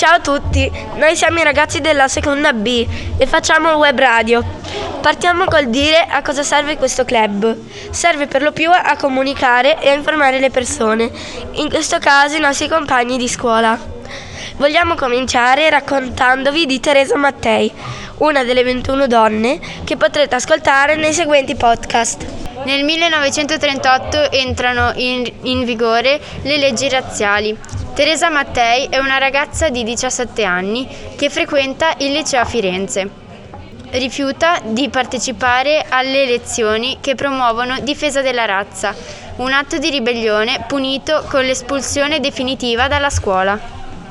Ciao a tutti, noi siamo i ragazzi della seconda B e facciamo web radio. Partiamo col dire a cosa serve questo club. Serve per lo più a comunicare e a informare le persone, in questo caso i nostri compagni di scuola. Vogliamo cominciare raccontandovi di Teresa Mattei, una delle 21 donne che potrete ascoltare nei seguenti podcast. Nel 1938 entrano in vigore le leggi razziali. Teresa Mattei è una ragazza di 17 anni che frequenta il liceo a Firenze. Rifiuta di partecipare alle elezioni che promuovono difesa della razza, un atto di ribellione punito con l'espulsione definitiva dalla scuola.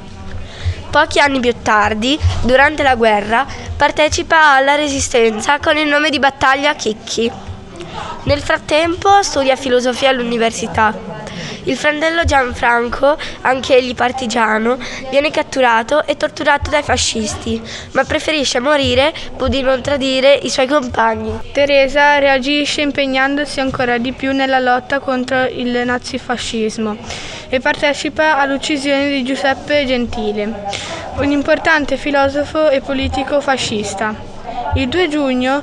Pochi anni più tardi, durante la guerra, partecipa alla Resistenza con il nome di Battaglia Chicchi. Nel frattempo studia filosofia all'università. Il fratello Gianfranco, anche egli partigiano, viene catturato e torturato dai fascisti, ma preferisce morire pur di non tradire i suoi compagni. Teresa reagisce impegnandosi ancora di più nella lotta contro il nazifascismo e partecipa all'uccisione di Giuseppe Gentile, un importante filosofo e politico fascista. Il 2 giugno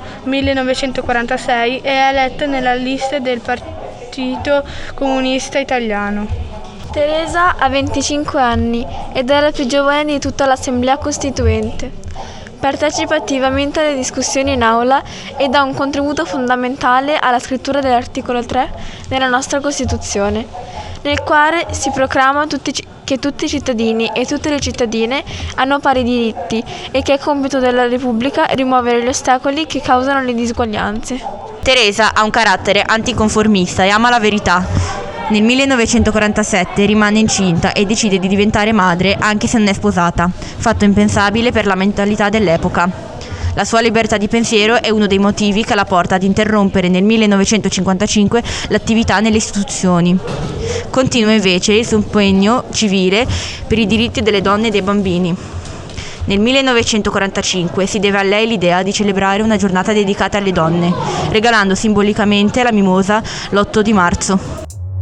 1946 è eletta nella lista del Partito Comunista Italiano. Teresa ha 25 anni ed è la più giovane di tutta l'Assemblea Costituente. Partecipa attivamente alle discussioni in aula e dà un contributo fondamentale alla scrittura dell'articolo 3 della nostra Costituzione, nel quale si proclama che tutti i cittadini e tutte le cittadine hanno pari diritti e che è compito della Repubblica rimuovere gli ostacoli che causano le disuguaglianze. Teresa ha un carattere anticonformista e ama la verità. Nel 1947 rimane incinta e decide di diventare madre anche se non è sposata, fatto impensabile per la mentalità dell'epoca. La sua libertà di pensiero è uno dei motivi che la porta ad interrompere nel 1955 l'attività nelle istituzioni. Continua invece il suo impegno civile per i diritti delle donne e dei bambini. Nel 1945 si deve a lei l'idea di celebrare una giornata dedicata alle donne, regalando simbolicamente la mimosa l'8 di marzo.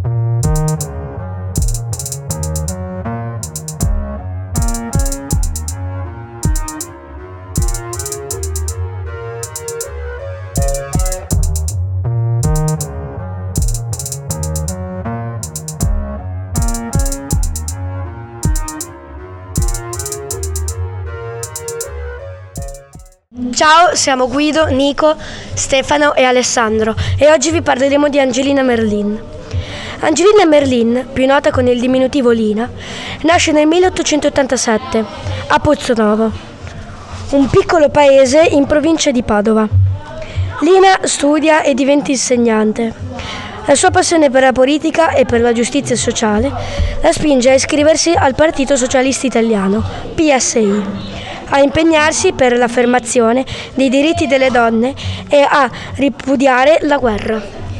Ciao, siamo Guido, Nico, Stefano e Alessandro e oggi vi parleremo di Angelina Merlin. Angelina Merlin, più nota con il diminutivo Lina, nasce nel 1887 a Pozzonovo, un piccolo paese in provincia di Padova. Lina studia e diventa insegnante. La sua passione per la politica e per la giustizia sociale la spinge a iscriversi al Partito Socialista Italiano, PSI, a impegnarsi per l'affermazione dei diritti delle donne e a ripudiare la guerra.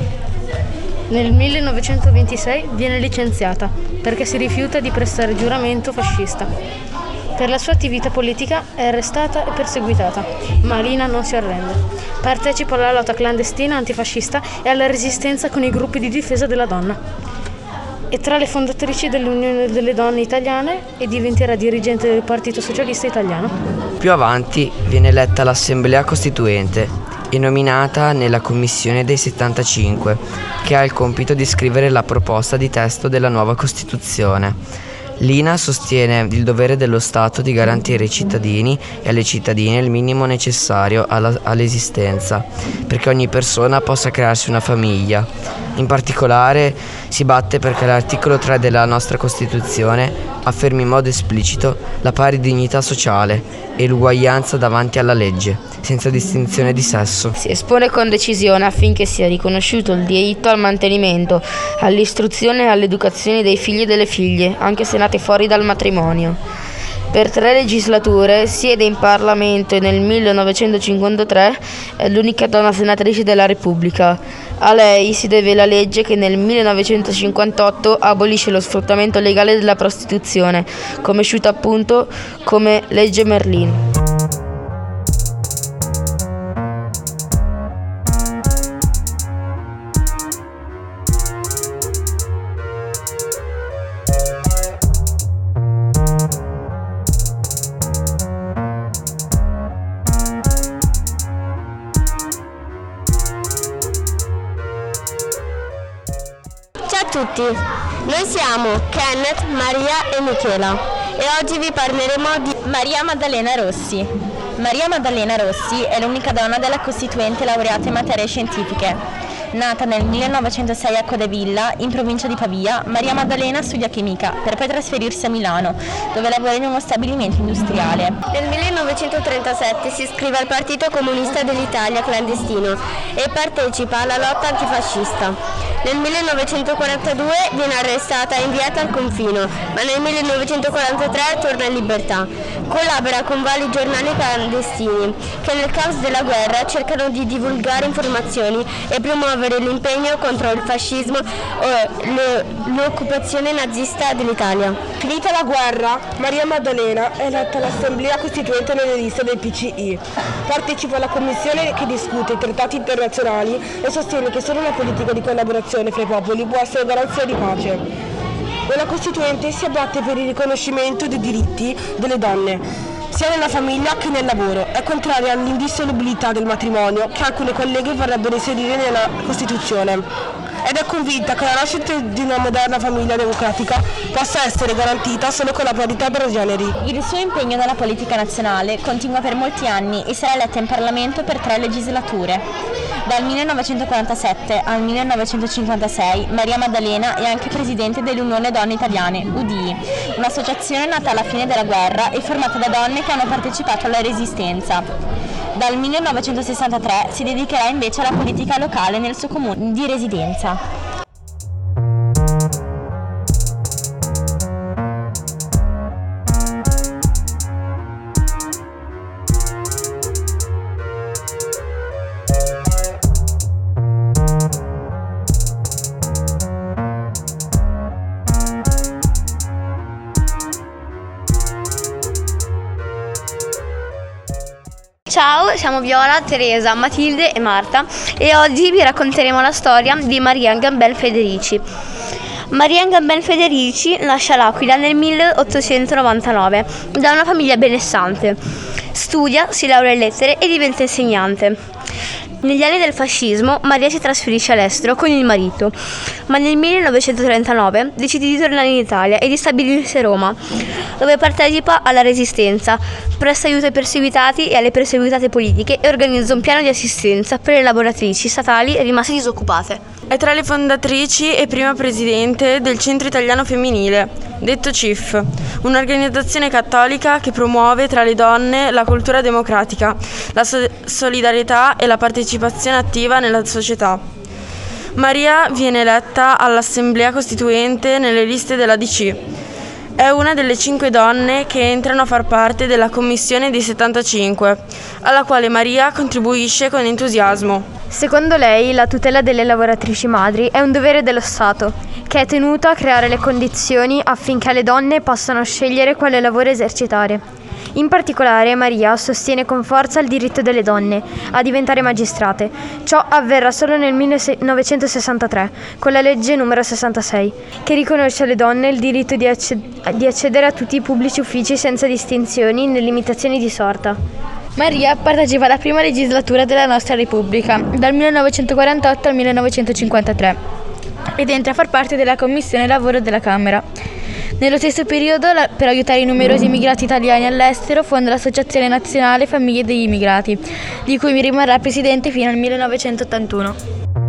Nel 1926 viene licenziata perché si rifiuta di prestare giuramento fascista. Per la sua attività politica è arrestata e perseguitata, ma Lina non si arrende. Partecipa alla lotta clandestina antifascista e alla resistenza con i gruppi di difesa della donna. È tra le fondatrici dell'Unione delle Donne Italiane e diventerà dirigente del Partito Socialista Italiano. Più avanti viene eletta all'Assemblea Costituente e nominata nella Commissione dei 75, che ha il compito di scrivere la proposta di testo della nuova Costituzione. Lina sostiene il dovere dello Stato di garantire ai cittadini e alle cittadine il minimo necessario all'esistenza, perché ogni persona possa crearsi una famiglia. In particolare si batte perché l'articolo 3 della nostra Costituzione affermi in modo esplicito la pari dignità sociale e l'uguaglianza davanti alla legge, senza distinzione di sesso. Si espone con decisione affinché sia riconosciuto il diritto al mantenimento, all'istruzione e all'educazione dei figli e delle figlie, anche se nati fuori dal matrimonio. Per 3 legislature siede in Parlamento e nel 1953 è l'unica donna senatrice della Repubblica. A lei si deve la legge che nel 1958 abolisce lo sfruttamento legale della prostituzione, conosciuta appunto come legge Merlin. tutti, noi siamo Kenneth, Maria e Michela e oggi vi parleremo di Maria Maddalena Rossi. Maria Maddalena Rossi è l'unica donna della Costituente laureata in materie scientifiche. Nata nel 1906 a Codevilla, in provincia di Pavia, Maria Maddalena studia chimica per poi trasferirsi a Milano, dove lavora in uno stabilimento industriale. Nel 1937 si iscrive al Partito Comunista dell'Italia clandestino e partecipa alla lotta antifascista. Nel 1942 viene arrestata e inviata al confino, ma nel 1943 torna in libertà. Collabora con vari giornali clandestini che nel caos della guerra cercano di divulgare informazioni e promuovere l'impegno contro il fascismo o l'occupazione nazista dell'Italia. Finita la guerra, Maria Maddalena è eletta all'Assemblea Costituente nelle liste del PCI. Partecipa alla commissione che discute i trattati internazionali e sostiene che solo una politica di collaborazione fra i popoli può essere garanzia di pace. Nella Costituente si abbatte per il riconoscimento dei diritti delle donne, sia nella famiglia che nel lavoro. È contraria all'indissolubilità del matrimonio, che alcune colleghe vorrebbero inserire nella Costituzione. Ed è convinta che la nascita di una moderna famiglia democratica possa essere garantita solo con la parità tra generi. Il suo impegno nella politica nazionale continua per molti anni e sarà eletta in Parlamento per 3 legislature. Dal 1947 al 1956 Maria Maddalena è anche presidente dell'Unione Donne Italiane, UDI, un'associazione nata alla fine della guerra e formata da donne che hanno partecipato alla Resistenza. Dal 1963 si dedicherà invece alla politica locale nel suo comune di residenza. Ciao, siamo Viola, Teresa, Matilde e Marta e oggi vi racconteremo la storia di Maria Gambel Federici. Maria Gambel Federici nasce a L'Aquila nel 1899 da una famiglia benestante. Studia, si laurea in lettere e diventa insegnante. Negli anni del fascismo Maria si trasferisce all'estero con il marito, ma nel 1939 decide di tornare in Italia e di stabilirsi a Roma, dove partecipa alla Resistenza, presta aiuto ai perseguitati e alle perseguitate politiche e organizza un piano di assistenza per le lavoratrici statali rimaste disoccupate. È tra le fondatrici e prima presidente del Centro Italiano Femminile, detto CIF, un'organizzazione cattolica che promuove tra le donne la cultura democratica, la solidarietà e la partecipazione attiva nella società. Maria viene eletta all'Assemblea Costituente nelle liste della DC. È una delle 5 donne che entrano a far parte della Commissione dei 75, alla quale Maria contribuisce con entusiasmo. Secondo lei, la tutela delle lavoratrici madri è un dovere dello Stato, che è tenuto a creare le condizioni affinché le donne possano scegliere quale lavoro esercitare. In particolare, Maria sostiene con forza il diritto delle donne a diventare magistrate. Ciò avverrà solo nel 1963, con la legge numero 66, che riconosce alle donne il diritto di accedere a tutti i pubblici uffici senza distinzioni né limitazioni di sorta. Maria partecipa alla prima legislatura della nostra Repubblica, dal 1948 al 1953, ed entra a far parte della Commissione Lavoro della Camera. Nello stesso periodo, per aiutare i numerosi immigrati italiani all'estero, fonda l'Associazione Nazionale Famiglie degli Immigrati, di cui rimarrà presidente fino al 1981.